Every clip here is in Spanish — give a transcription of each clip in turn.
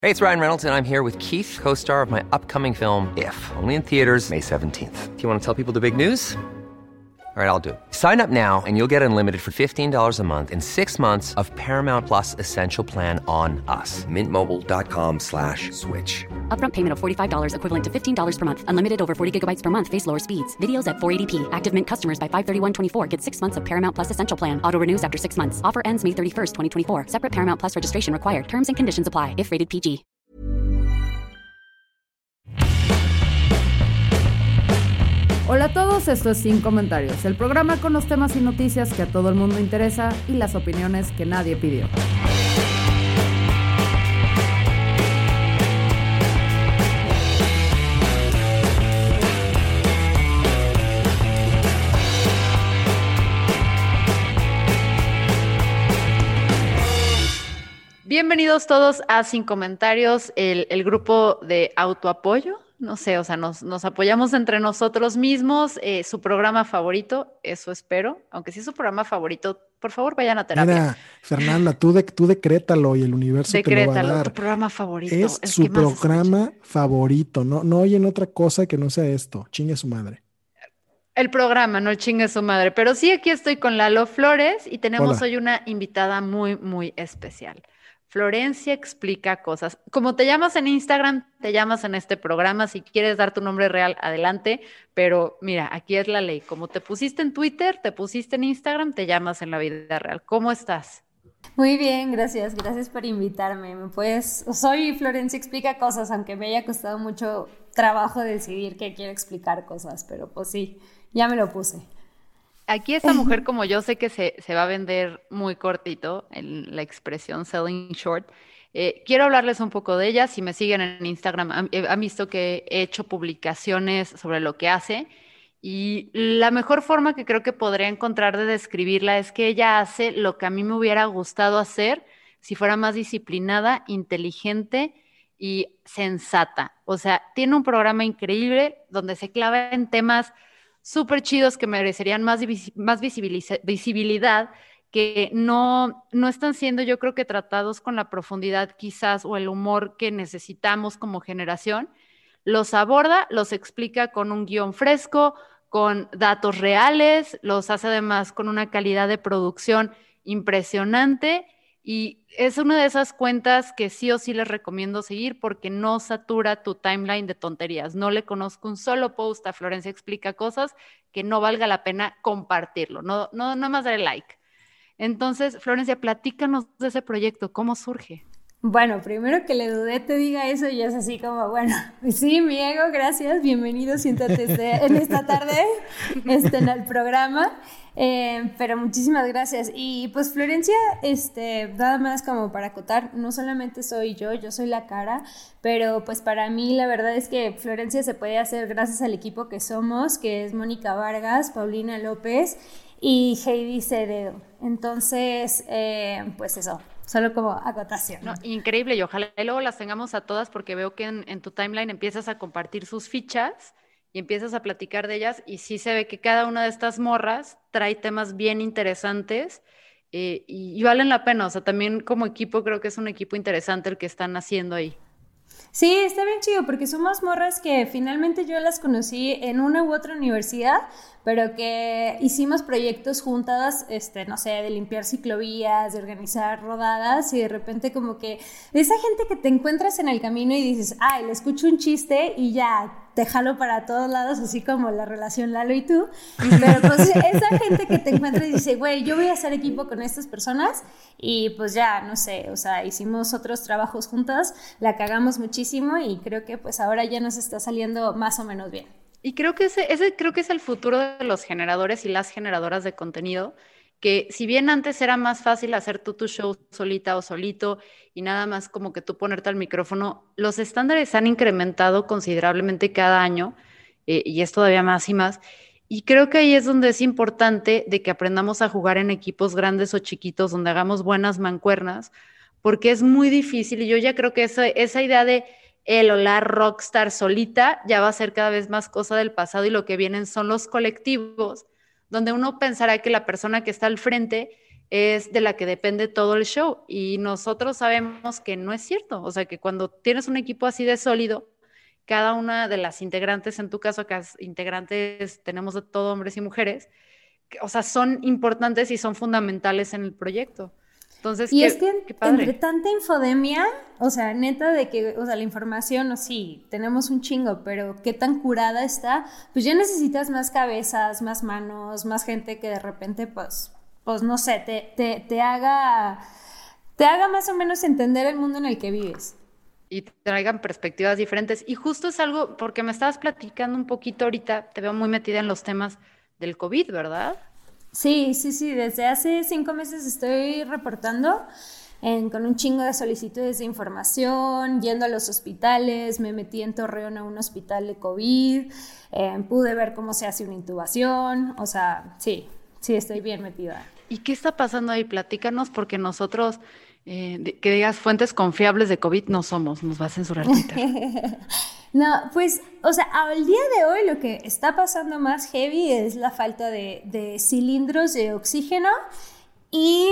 Hey, it's Ryan Reynolds, and I'm here with Keith, co-star of my upcoming film, If, only in theaters May 17th. Do you want to tell people the big news? All right, I'll do it. Sign up now and you'll get unlimited for $15 a month and 6 months of Paramount Plus Essential Plan on us. MintMobile.com/switch. Upfront payment of $45 equivalent to $15 per month. Unlimited over 40 gigabytes per month. Face lower speeds. Videos at 480p. Active Mint customers by 531.24 get 6 months of Paramount Plus Essential Plan. Auto renews after 6 months. Offer ends May 31st, 2024. Separate Paramount Plus registration required. Terms and conditions apply if rated PG. Hola a todos, esto es Sin Comentarios, el programa con los temas y noticias que a todo el mundo interesa y las opiniones que nadie pidió. Bienvenidos todos a Sin Comentarios, el grupo de autoapoyo. No sé, o sea, nos apoyamos entre nosotros mismos, su programa favorito, eso espero. Aunque si es su programa favorito, por favor vayan a terapia. Mira, Fernanda, tú decrétalo y el universo te lo va a dar. Tu programa favorito. Es su programa favorito, no oyen otra cosa que no sea esto, chingue su madre. El programa, no chingue su madre. Pero sí, aquí estoy con Lalo Flores y tenemos Hola. hoy una invitada muy, muy especial. Florencia explica cosas. Como te llamas en Instagram, te llamas en este programa. Si quieres dar tu nombre real, adelante. Pero mira, aquí es la ley. Como te pusiste en Twitter, te pusiste en Instagram, te llamas en la vida real. ¿Cómo estás? Muy bien, gracias por invitarme. Soy Florencia Explica Cosas, aunque me haya costado mucho trabajo decidir que quiero explicar cosas, pero pues sí, ya me lo puse. Aquí esta mujer, como yo sé que se va a vender muy cortito, en la expresión selling short, quiero hablarles un poco de ella. Si me siguen en Instagram, han visto que he hecho publicaciones sobre lo que hace y la mejor forma que creo que podría encontrar de describirla es que ella hace lo que a mí me hubiera gustado hacer si fuera más disciplinada, inteligente y sensata. O sea, tiene un programa increíble donde se clava en temas súper chidos que merecerían más visibilidad, que no están siendo, yo creo que tratados con la profundidad quizás o el humor que necesitamos como generación. Los aborda, los explica con un guión fresco, con datos reales, los hace además con una calidad de producción impresionante y es una de esas cuentas que sí o sí les recomiendo seguir porque no satura tu timeline de tonterías. No le conozco un solo post a Florencia Explica Cosas que no valga la pena compartirlo, no más darle like. Entonces, Florencia, platícanos de ese proyecto, ¿cómo surge? Bueno, primero que le dudé te diga eso y es así como, bueno, sí, mi ego, gracias, bienvenido, siéntate en esta tarde en el programa. Pero muchísimas gracias. Y pues Florencia, nada más como para acotar, no solamente soy yo soy la cara, pero pues para mí la verdad es que Florencia se puede hacer gracias al equipo que somos, que es Mónica Vargas, Paulina López y Heidi Ceredo. Entonces, pues eso, solo como acotación. No, increíble, y ojalá luego las tengamos a todas porque veo que en tu timeline empiezas a compartir sus fichas y empiezas a platicar de ellas y sí se ve que cada una de estas morras trae temas bien interesantes y valen la pena. O sea, también como equipo creo que es un equipo interesante el que están haciendo ahí. Sí, está bien chido porque somos morras que finalmente yo las conocí en una u otra universidad, pero que hicimos proyectos juntas, no sé, de limpiar ciclovías, de organizar rodadas y de repente como que esa gente que te encuentras en el camino y dices, ay, le escucho un chiste y ya te jalo para todos lados, así como la relación Lalo y tú, pero pues esa gente que te encuentra y dice, güey, yo voy a hacer equipo con estas personas y pues ya, no sé, o sea, hicimos otros trabajos juntas, la cagamos muchísimo y creo que pues ahora ya nos está saliendo más o menos bien. Y creo que ese creo que es el futuro de los generadores y las generadoras de contenido, que si bien antes era más fácil hacer tú tu show solita o solito y nada más como que tú ponerte al micrófono, los estándares han incrementado considerablemente cada año y es todavía más y más. Y creo que ahí es donde es importante de que aprendamos a jugar en equipos grandes o chiquitos, donde hagamos buenas mancuernas, porque es muy difícil y yo ya creo que esa idea de el o la rockstar solita ya va a ser cada vez más cosa del pasado y lo que vienen son los colectivos, donde uno pensará que la persona que está al frente es de la que depende todo el show. Y nosotros sabemos que no es cierto. O sea, que cuando tienes un equipo así de sólido, cada una de las integrantes, en tu caso, que integrantes tenemos de todo, hombres y mujeres, o sea, son importantes y son fundamentales en el proyecto. Entonces, y es que qué padre. entre tanta infodemia, o sea, neta de que, o sea, la información, sí, tenemos un chingo, pero qué tan curada está, pues ya necesitas más cabezas, más manos, más gente que de repente, pues no sé, te haga más o menos entender el mundo en el que vives. Y traigan perspectivas diferentes. Y justo es algo, porque me estabas platicando un poquito ahorita, te veo muy metida en los temas del COVID, ¿verdad? Sí, desde hace 5 meses estoy reportando con un chingo de solicitudes de información, yendo a los hospitales, me metí en Torreón a un hospital de COVID, pude ver cómo se hace una intubación, o sea, sí, estoy bien metida. ¿Y qué está pasando ahí? Platícanos, porque nosotros, que digas fuentes confiables de COVID, no somos, nos va a censurar Twitter. No, pues, o sea, al día de hoy lo que está pasando más heavy es la falta de cilindros de oxígeno y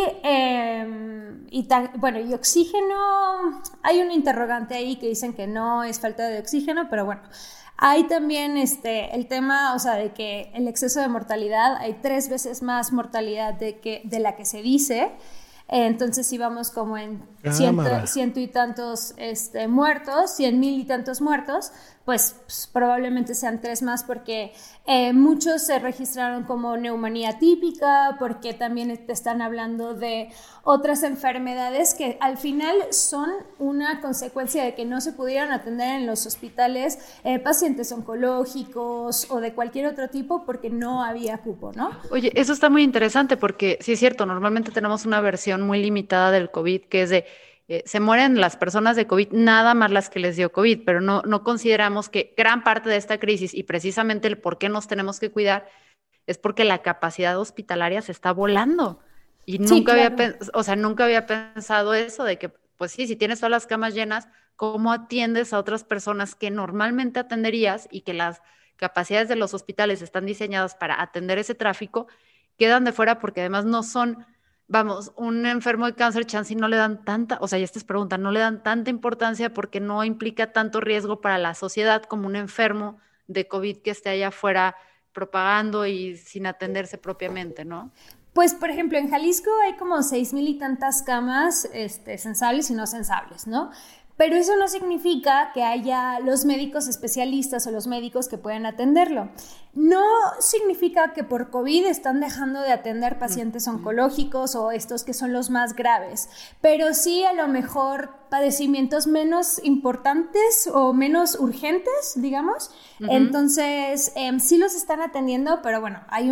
oxígeno, hay un interrogante ahí que dicen que no es falta de oxígeno, pero bueno, hay también el tema, o sea, de que el exceso de mortalidad, hay 3 veces más mortalidad de la que se dice. Entonces íbamos como en ciento y tantos muertos, 100,000 y tantos muertos, pues probablemente sean 3 más porque muchos se registraron como neumonía típica, porque también te están hablando de otras enfermedades que al final son una consecuencia de que no se pudieron atender en los hospitales pacientes oncológicos o de cualquier otro tipo porque no había cupo, ¿no? Oye, eso está muy interesante porque sí es cierto, normalmente tenemos una versión muy limitada del COVID que es de se mueren las personas de COVID, nada más las que les dio COVID, pero no consideramos que gran parte de esta crisis y precisamente el por qué nos tenemos que cuidar es porque la capacidad hospitalaria se está volando. Y nunca había pensado eso de que, pues sí, si tienes todas las camas llenas, ¿cómo atiendes a otras personas que normalmente atenderías y que las capacidades de los hospitales están diseñadas para atender ese tráfico, quedan de fuera porque además no son... Vamos, un enfermo de cáncer, chance y no le dan tanta, o sea, ya esta es pregunta, no le dan tanta importancia porque no implica tanto riesgo para la sociedad como un enfermo de COVID que esté allá afuera propagando y sin atenderse propiamente, ¿no? Pues, por ejemplo, en Jalisco hay como 6,000 y tantas camas sensables y no sensables, ¿no? Pero eso no significa que haya los médicos especialistas o los médicos que puedan atenderlo. No significa que por COVID están dejando de atender pacientes oncológicos o estos que son los más graves, pero sí a lo mejor padecimientos menos importantes o menos urgentes, digamos. Entonces, sí los están atendiendo, pero bueno, hay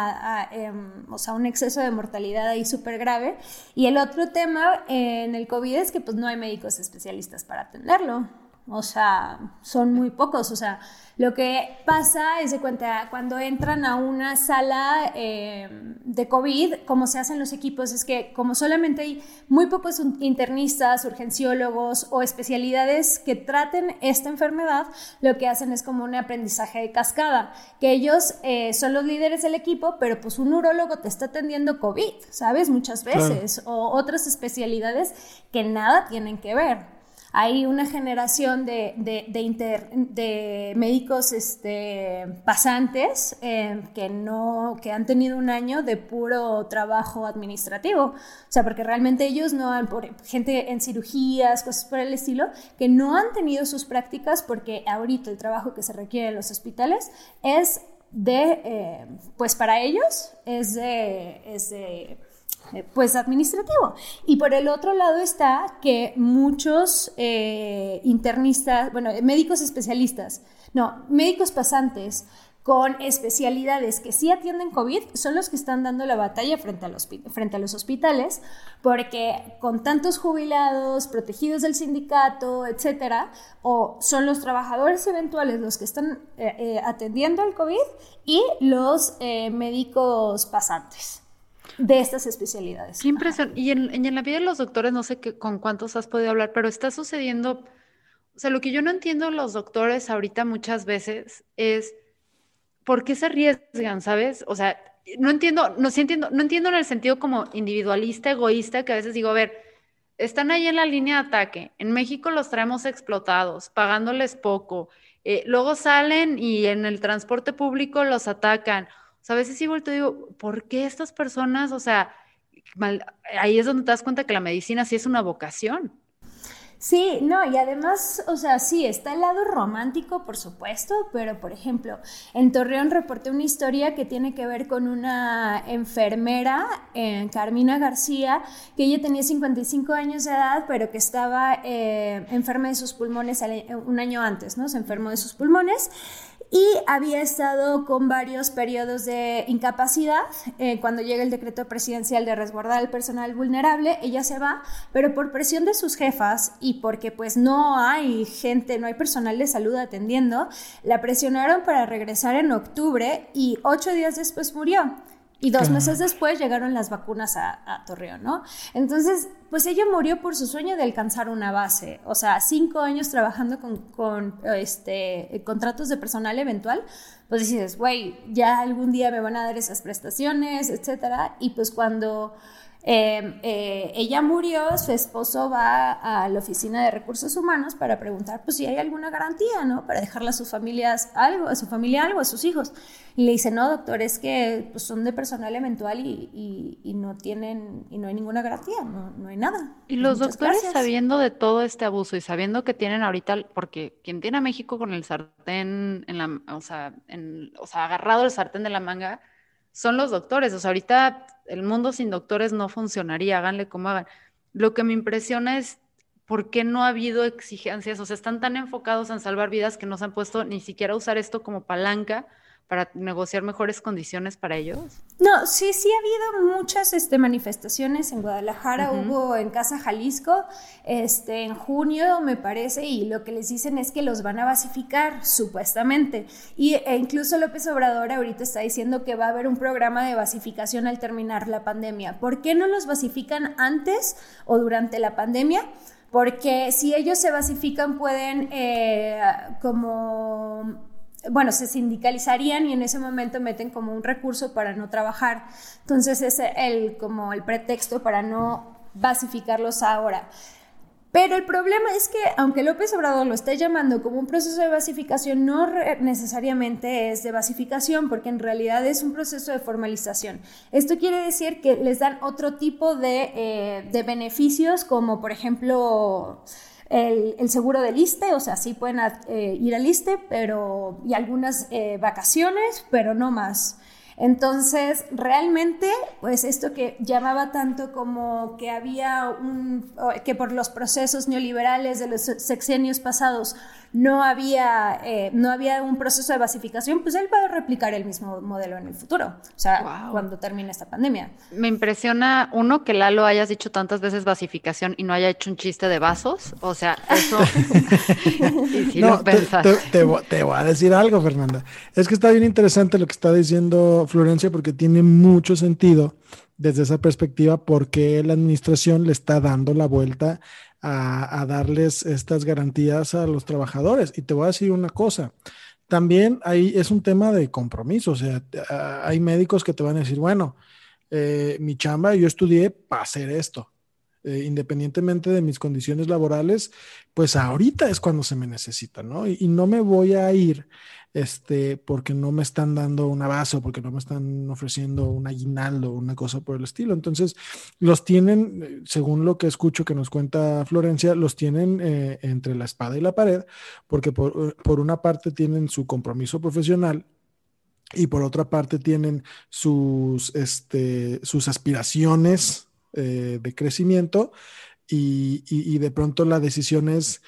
un exceso de mortalidad ahí súper grave. Y el otro tema en el COVID es que pues no hay médicos especialistas para atenderlo. O sea, son muy pocos. O sea, lo que pasa es de cuenta, cuando entran a una sala de COVID, como se hacen los equipos, es que como solamente hay muy pocos internistas, urgenciólogos o especialidades que traten esta enfermedad, lo que hacen es como un aprendizaje de cascada, que ellos son los líderes del equipo, pero pues un urólogo te está atendiendo COVID, ¿sabes? Muchas veces, claro. O otras especialidades que nada tienen que ver. Hay una generación de médicos pasantes que han tenido un año de puro trabajo administrativo. O sea, porque realmente ellos no han, gente en cirugías, cosas por el estilo, que no han tenido sus prácticas porque ahorita el trabajo que se requiere en los hospitales es pues para ellos es de pues administrativo. Y por el otro lado está que muchos internistas, médicos especialistas, médicos pasantes con especialidades que sí atienden COVID son los que están dando la batalla frente a los hospitales, porque con tantos jubilados, protegidos del sindicato, etcétera, o son los trabajadores eventuales los que están atendiendo al COVID y los médicos pasantes de estas especialidades. Qué impresión. Y en la vida de los doctores, no sé con cuántos has podido hablar, pero está sucediendo, o sea, lo que yo no entiendo de los doctores ahorita muchas veces es ¿por qué se arriesgan, sabes? O sea, no entiendo, no entiendo en el sentido como individualista, egoísta, que a veces digo, a ver, están ahí en la línea de ataque, en México los traemos explotados, pagándoles poco, luego salen y en el transporte público los atacan. O sea, a veces sí vuelto y digo, ¿por qué estas personas? O sea, ahí es donde te das cuenta que la medicina sí es una vocación. Sí, no, y además, o sea, sí, está el lado romántico, por supuesto, pero por ejemplo, en Torreón reporté una historia que tiene que ver con una enfermera, Carmina García, que ella tenía 55 años de edad, pero que estaba enferma de sus pulmones un año antes, ¿no? Se enfermó de sus pulmones. Y había estado con varios periodos de incapacidad. Cuando llega el decreto presidencial de resguardar al personal vulnerable, ella se va, pero por presión de sus jefas y porque pues no hay gente, no hay personal de salud atendiendo, la presionaron para regresar en octubre y 8 días después murió. Y 2 meses después llegaron las vacunas a Torreón, ¿no? Entonces, pues ella murió por su sueño de alcanzar una base. O sea, 5 años trabajando con contratos de personal eventual, pues dices, güey, ya algún día me van a dar esas prestaciones, etcétera. Y pues cuando ella murió, su esposo va a la oficina de recursos humanos para preguntar pues si hay alguna garantía, ¿no? Para dejarle a sus familias algo, a su familia algo, a sus hijos. Y le dice, no, doctor, es que pues, son de personal eventual y no tienen, y no hay ninguna garantía, no hay nada. Y los Muchas doctores, gracias. sabiendo de todo este abuso y sabiendo que tienen ahorita, porque quien tiene a México con el sartén en la, o sea, agarrado el sartén de la manga, son los doctores. O sea, ahorita el mundo sin doctores no funcionaría, háganle como hagan. Lo que me impresiona es por qué no ha habido exigencias, o sea, están tan enfocados en salvar vidas que no se han puesto ni siquiera a usar esto como palanca para negociar mejores condiciones para ellos. No, sí ha habido muchas manifestaciones en Guadalajara, hubo en Casa Jalisco, en junio me parece, y lo que les dicen es que los van a basificar, supuestamente, e incluso López Obrador ahorita está diciendo que va a haber un programa de basificación al terminar la pandemia. ¿Por qué no los basifican antes o durante la pandemia? Porque si ellos se basifican pueden se sindicalizarían y en ese momento meten como un recurso para no trabajar. Entonces es como el pretexto para no basificarlos ahora. Pero el problema es que, aunque López Obrador lo esté llamando como un proceso de basificación, no necesariamente es de basificación, porque en realidad es un proceso de formalización. Esto quiere decir que les dan otro tipo de beneficios, como por ejemplo el seguro del ISSSTE, o sea, sí pueden ir al ISSSTE, y algunas vacaciones, pero no más. Entonces, realmente, pues esto que llamaba tanto como que que por los procesos neoliberales de los sexenios pasados no había un proceso de basificación, pues él va a replicar el mismo modelo en el futuro, o sea, cuando termine esta pandemia. Me impresiona, uno, que Lalo hayas dicho tantas veces basificación y no haya hecho un chiste de vasos, o sea, eso... y si No, te voy a decir algo, Fernanda. Es que está bien interesante lo que está diciendo Florencia, porque tiene mucho sentido desde esa perspectiva, porque la administración le está dando la vuelta a darles estas garantías a los trabajadores. Y te voy a decir una cosa, también ahí es un tema de compromiso. O sea, hay médicos que te van a decir, bueno, mi chamba, yo estudié para hacer esto. Independientemente de mis condiciones laborales, pues ahorita es cuando se me necesita, ¿no? Y no me voy a ir porque no me están dando una base o porque no me están ofreciendo un aguinaldo o una cosa por el estilo. Entonces, los tienen, según lo que escucho que nos cuenta Florencia, los tienen entre la espada y la pared, porque por una parte tienen su compromiso profesional y por otra parte tienen sus aspiraciones de crecimiento y de pronto la decisión es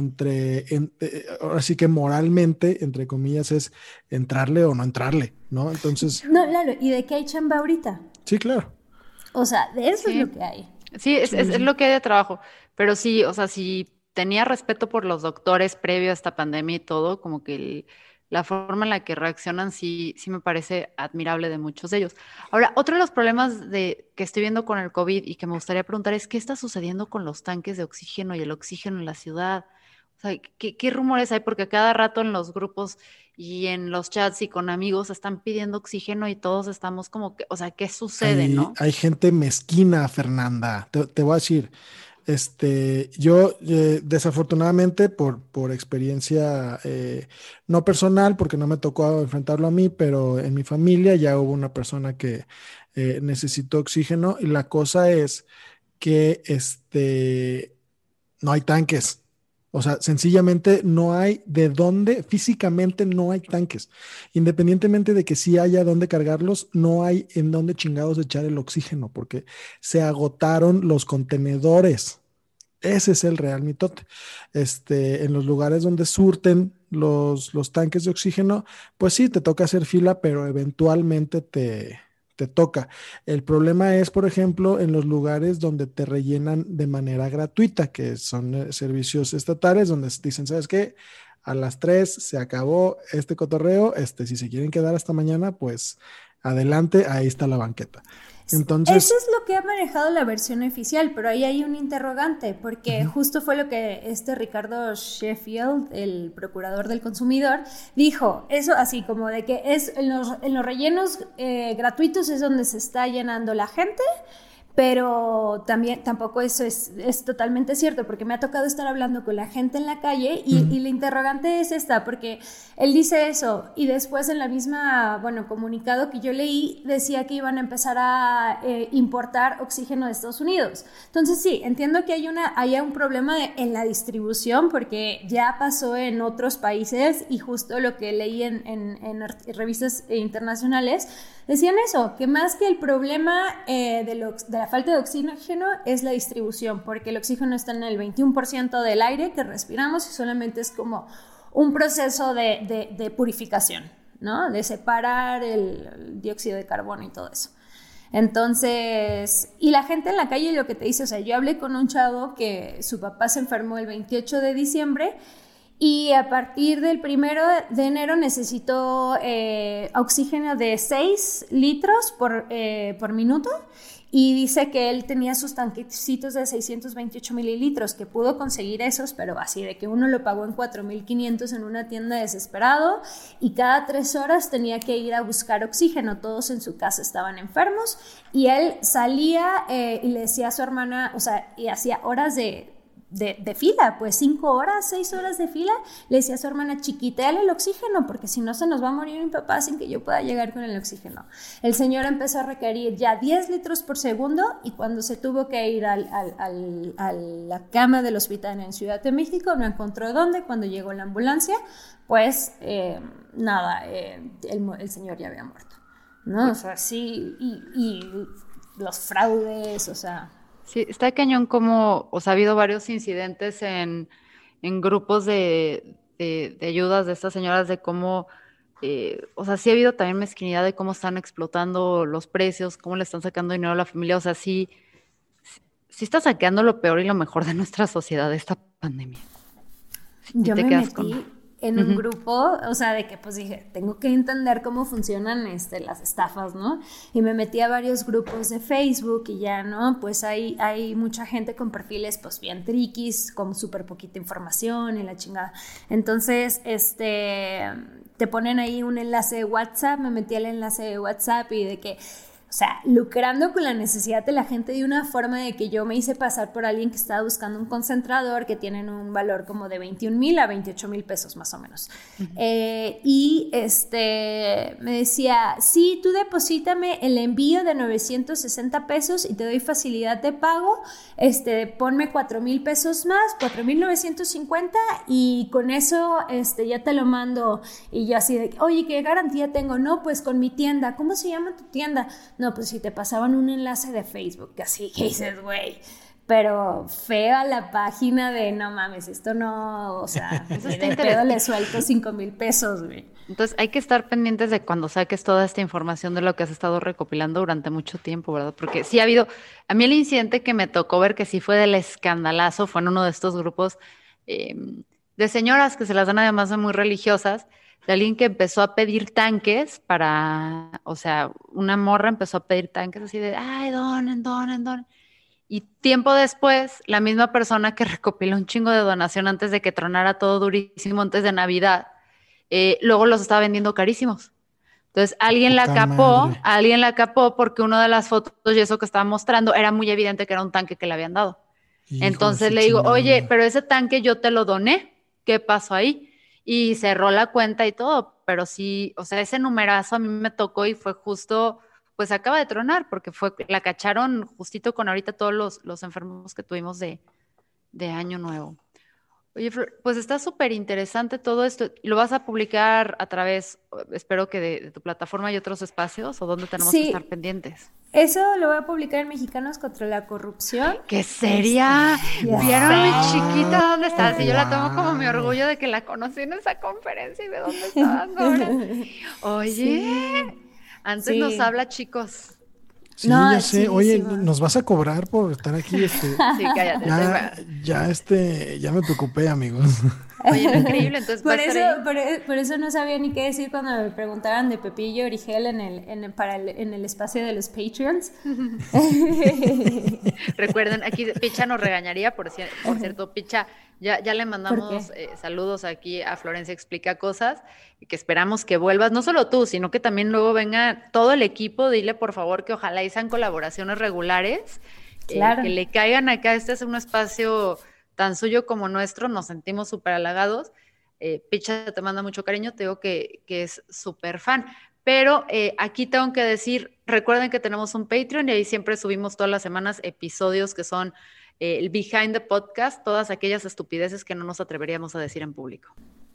ahora sí que moralmente, entre comillas, es entrarle o no entrarle, ¿no? Entonces... No, claro, ¿y de qué hay chamba ahorita? Sí, claro. O sea, de eso es lo que hay. Sí, es lo que hay de trabajo, pero sí, o sea, si tenía respeto por los doctores previo a esta pandemia y todo, como que la forma en la que reaccionan sí me parece admirable de muchos de ellos. Ahora, otro de los problemas que estoy viendo con el COVID y que me gustaría preguntar es ¿qué está sucediendo con los tanques de oxígeno y el oxígeno en la ciudad? O O sea, ¿qué rumores hay? Porque cada rato en los grupos y en los chats y con amigos están pidiendo oxígeno y todos estamos como que, o sea, ¿qué sucede, no? Hay gente mezquina, Fernanda. Te voy a decir, yo desafortunadamente por experiencia no personal, porque no me tocó enfrentarlo a mí, pero en mi familia ya hubo una persona que necesitó oxígeno y la cosa es que no hay tanques. O sea, sencillamente no hay de dónde, físicamente no hay tanques. Independientemente de que sí haya dónde cargarlos, no hay en dónde chingados echar el oxígeno, porque se agotaron los contenedores. Ese es el real mitote. En los lugares donde surten los tanques de oxígeno, pues sí, te toca hacer fila, pero eventualmente te toca. El problema es, por ejemplo, en los lugares donde te rellenan de manera gratuita, que son servicios estatales, donde dicen, ¿sabes qué? A las 3 se acabó este cotorreo, si se quieren quedar hasta mañana, pues adelante, ahí está la banqueta. Entonces, eso es lo que ha manejado la versión oficial, pero ahí hay un interrogante, porque justo fue lo que Ricardo Sheffield, el procurador del consumidor, dijo, eso así como de que es en los rellenos gratuitos es donde se está llenando la gente, pero tampoco eso es totalmente cierto, porque me ha tocado estar hablando con la gente en la calle y la interrogante es esta, porque él dice eso y después en la misma, comunicado que yo leí decía que iban a empezar a importar oxígeno de Estados Unidos. Entonces sí, entiendo que haya un problema en la distribución, porque ya pasó en otros países y justo lo que leí en revistas internacionales decían eso, que más que el problema de la falta de oxígeno es la distribución, porque el oxígeno está en el 21% del aire que respiramos y solamente es como un proceso de purificación, ¿no? De separar el dióxido de carbono y todo eso. Entonces, y la gente en la calle lo que te dice, o sea, yo hablé con un chavo que su papá se enfermó el 28 de diciembre y a partir del 1 de enero necesitó oxígeno de 6 litros por minuto. Y dice que él tenía sus tanquecitos de 628 mililitros, que pudo conseguir esos, pero así de que uno lo pagó en 4,500 en una tienda desesperado y cada 3 horas tenía que ir a buscar oxígeno. Todos en su casa estaban enfermos y él salía y le decía a su hermana, o sea, y hacía horas de fila, pues 5 horas, 6 horas de fila, le decía a su hermana, chiquitéale el oxígeno, porque si no se nos va a morir mi papá sin que yo pueda llegar con el oxígeno. El señor empezó a requerir ya 10 litros por segundo y cuando se tuvo que ir a la cama del hospital en Ciudad de México, no encontró dónde. Cuando llegó la ambulancia, pues el señor ya había muerto, ¿no? O sea, sí, y los fraudes, o sea... Sí, está cañón como, o sea, ha habido varios incidentes en grupos de ayudas de estas señoras de cómo, o sea, sí ha habido también mezquinidad de cómo están explotando los precios, cómo le están sacando dinero a la familia, o sea, sí está saqueando lo peor y lo mejor de nuestra sociedad esta pandemia. Yo me metí en un grupo, o sea, de que pues dije, tengo que entender cómo funcionan las estafas, ¿no? Y me metí a varios grupos de Facebook y ya, ¿no? Pues hay mucha gente con perfiles pues bien triquis, con súper poquita información y la chingada. Entonces, te ponen ahí un enlace de WhatsApp, me metí al enlace de WhatsApp y de que... O sea, lucrando con la necesidad de la gente de una forma de que yo me hice pasar por alguien que estaba buscando un concentrador que tienen un valor como de 21,000 a 28,000 pesos más o menos. Y me decía, sí, tú deposítame el envío de 960 pesos y te doy facilidad de pago, ponme 4,000 pesos más, 4,950 y con eso ya te lo mando. Y yo así de, oye, ¿qué garantía tengo? No, pues con mi tienda. ¿Cómo se llama tu tienda? No, pues si te pasaban un enlace de Facebook, así que dices, güey, pero fea la página de, no mames, esto no, o sea, de pedo le suelto 5,000 pesos, güey. Entonces hay que estar pendientes de cuando saques toda esta información de lo que has estado recopilando durante mucho tiempo, ¿verdad? Porque sí ha habido, a mí el incidente que me tocó ver que sí fue del escandalazo, fue en uno de estos grupos de señoras que se las dan además de muy religiosas, de alguien que empezó a pedir tanques para, o sea, una morra empezó a pedir tanques así de, ay, donen. Y tiempo después, la misma persona que recopiló un chingo de donación antes de que tronara todo durísimo antes de Navidad, luego los estaba vendiendo carísimos. Entonces alguien la capó porque una de las fotos y eso que estaba mostrando era muy evidente que era un tanque que le habían dado. Hijo Entonces de le su digo, chingada oye, madre. pero ese tanque yo te lo doné, ¿qué pasó ahí? Y cerró la cuenta y todo, pero sí, o sea, ese numerazo a mí me tocó y fue justo, pues acaba de tronar, porque la cacharon justito con ahorita todos los enfermos que tuvimos de Año Nuevo. Oye, Flor, pues está súper interesante todo esto. ¿Lo vas a publicar a través, espero que de tu plataforma y otros espacios, o dónde tenemos que estar Sí, pendientes? eso lo voy a publicar en Mexicanos contra la Corrupción. ¡Qué seria! Ya ¿Vieron mi sé. chiquita dónde está? Sí, yo la tomo como mi Wow. orgullo de que la conocí en esa conferencia y ve dónde está dando ahora. Oye, Sí, antes nos sí. habla, chicos. Sí, No, ya sé. Oye, chidísimo. ¿nos vas a cobrar por estar aquí? Sí, cállate. Ya me preocupé, amigos. Oye, no, increíble, entonces va a Por estar eso, ahí. por eso no sabía ni qué decir cuando me preguntaban de Pepillo Origel en el espacio de los Patreons. Recuerden, aquí Picha nos regañaría, por cierto, Picha, ya le mandamos saludos aquí a Florencia Explica Cosas, y que esperamos que vuelvas, no solo tú, sino que también luego venga todo el equipo, dile por favor que ojalá y sean colaboraciones regulares, Claro. que le caigan acá, este es un espacio tan suyo como nuestro, nos sentimos súper halagados. Picha te manda mucho cariño, te digo que es súper fan. Pero aquí tengo que decir, recuerden que tenemos un Patreon y ahí siempre subimos todas las semanas episodios que son el behind the podcast, todas aquellas estupideces que no nos atreveríamos a decir en público.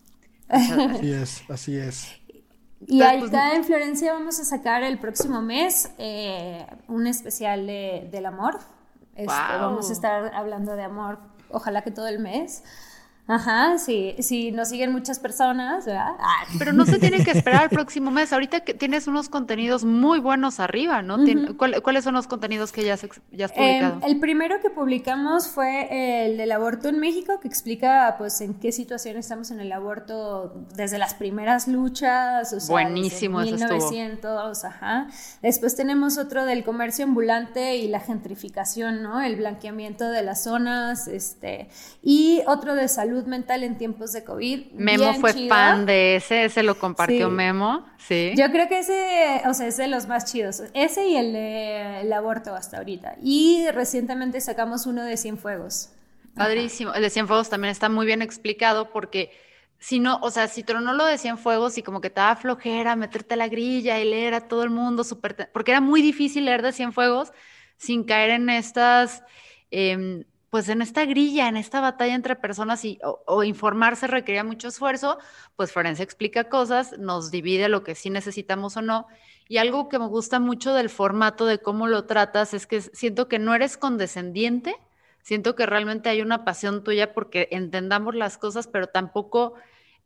Así es. Y Entonces, acá en Florencia vamos a sacar el próximo mes un especial del amor. Wow. Vamos a estar hablando de amor, ojalá que todo el mes. Ajá, sí, nos siguen muchas personas, ¿verdad? Pero no se tienen que esperar al próximo mes. Ahorita que tienes unos contenidos muy buenos arriba, ¿no? ¿Cuáles son los contenidos que ya has publicado? El primero que publicamos fue el del aborto en México, que explica pues en qué situación estamos en el aborto desde las primeras luchas, o sea, buenísimo, desde ese 1900, ajá. Después tenemos otro del comercio ambulante y la gentrificación, ¿no? El blanqueamiento de las zonas, y otro de salud mental en tiempos de COVID. Memo bien fue chido. fan de ese lo compartió Sí. Memo, sí. Yo creo que ese, o sea, es de los más chidos. Ese y el de el aborto hasta ahorita. Y recientemente sacamos uno de Cienfuegos. Padrísimo. El de Cienfuegos también está muy bien explicado porque si no, o sea, si tronó lo de Cienfuegos y como que te daba flojera meterte a la grilla y leer a todo el mundo porque era muy difícil leer de Cienfuegos sin caer en estas, pues en esta grilla, en esta batalla entre personas o informarse requería mucho esfuerzo, pues Florencia Explica Cosas, nos divide lo que sí necesitamos o no. Y algo que me gusta mucho del formato, de cómo lo tratas, es que siento que no eres condescendiente, siento que realmente hay una pasión tuya porque entendamos las cosas, pero tampoco,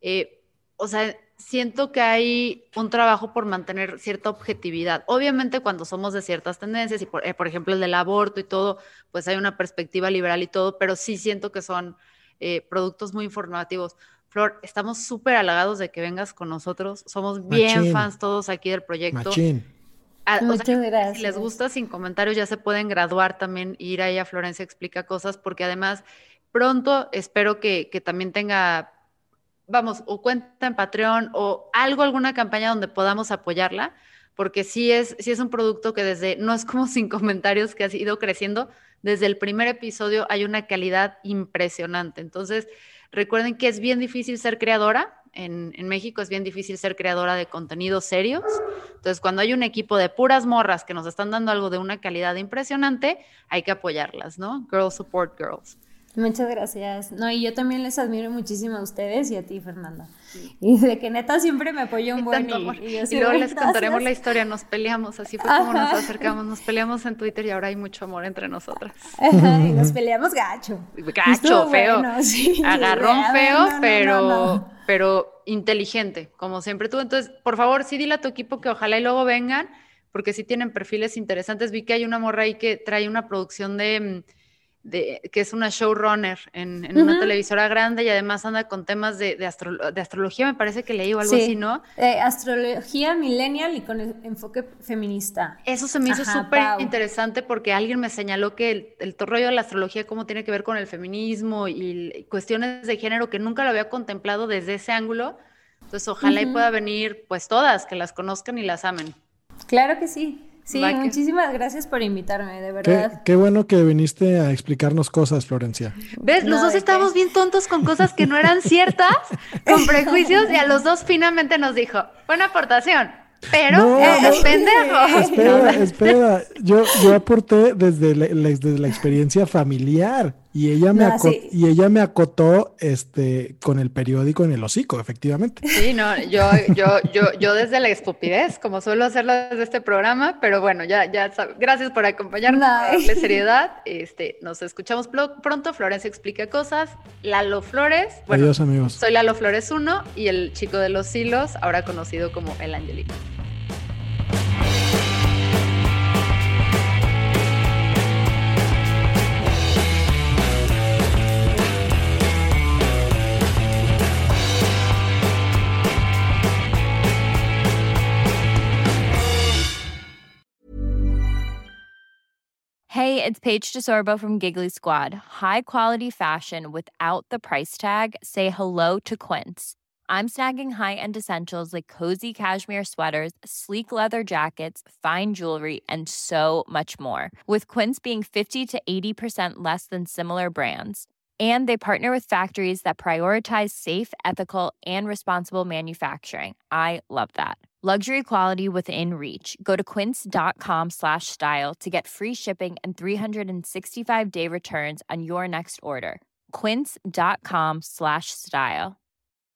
o sea, siento que hay un trabajo por mantener cierta objetividad. Obviamente cuando somos de ciertas tendencias, y por ejemplo el del aborto y todo, pues hay una perspectiva liberal y todo, pero sí siento que son productos muy informativos. Flor, estamos súper halagados de que vengas con nosotros, somos bien Machín. fans todos aquí del proyecto. Machín. O sea, Muchas gracias. si les gusta, sin comentarios, ya se pueden graduar también, ir ahí a Florencia Explica Cosas, porque además pronto espero que también tenga, vamos, o cuenta en Patreon o alguna campaña donde podamos apoyarla, porque sí es un producto que no es como Sin Comentarios, que ha ido creciendo, desde el primer episodio hay una calidad impresionante. Entonces, recuerden que es bien difícil ser creadora. En México es bien difícil ser creadora de contenidos serios. Entonces, cuando hay un equipo de puras morras que nos están dando algo de una calidad impresionante, hay que apoyarlas, ¿no? Girls support girls. Muchas gracias. No, y yo también les admiro muchísimo a ustedes y a ti, Fernanda. Sí. Y de que neta siempre me apoyó un buen y luego les contaremos la historia, nos peleamos, así fue como nos acercamos, nos peleamos en Twitter y ahora hay mucho amor entre nosotras. Y nos peleamos gacho. Gacho, feo. Bueno, sí. Agarrón feo, no. pero inteligente, como siempre tú. Entonces, por favor, sí dile a tu equipo que ojalá y luego vengan, porque sí tienen perfiles interesantes. Vi que hay una morra ahí que trae una producción de que es una showrunner en una televisora grande y además anda con temas de astrología, me parece que leí o algo así, ¿no? Astrología millennial y con enfoque feminista. Eso se me hizo súper interesante porque alguien me señaló que el rollo de la astrología cómo tiene que ver con el feminismo y cuestiones de género que nunca lo había contemplado desde ese ángulo. Entonces ojalá y pueda venir pues todas, que las conozcan y las amen. Claro que sí. Sí, muchísimas gracias por invitarme, de verdad. Qué bueno que viniste a explicarnos cosas, Florencia. ¿Ves? Los dos estábamos bien tontos con cosas que no eran ciertas, con prejuicios, y a los dos finalmente nos dijo, buena aportación, pero es pendejo. Espera. Yo aporté desde la experiencia familiar y ella me acotó con el periódico en el hocico, efectivamente. Sí, no, yo desde la estupidez, como suelo hacerlo desde este programa, pero bueno, ya gracias por acompañarnos, darle seriedad. Nos escuchamos pronto. Florencia explica cosas. Lalo Flores. Bueno, adiós, amigos. Soy Lalo Flores 1 y el chico de los hilos, ahora conocido como El Angelito. Hey, it's Paige DeSorbo from Giggly Squad. High quality fashion without the price tag. Say hello to Quince. I'm snagging high-end essentials like cozy cashmere sweaters, sleek leather jackets, fine jewelry, and so much more. With Quince being 50 to 80% less than similar brands. And they partner with factories that prioritize safe, ethical, and responsible manufacturing. I love that. Luxury quality within reach. Go to quince.com/style to get free shipping and 365-day returns on your next order. Quince.com/style.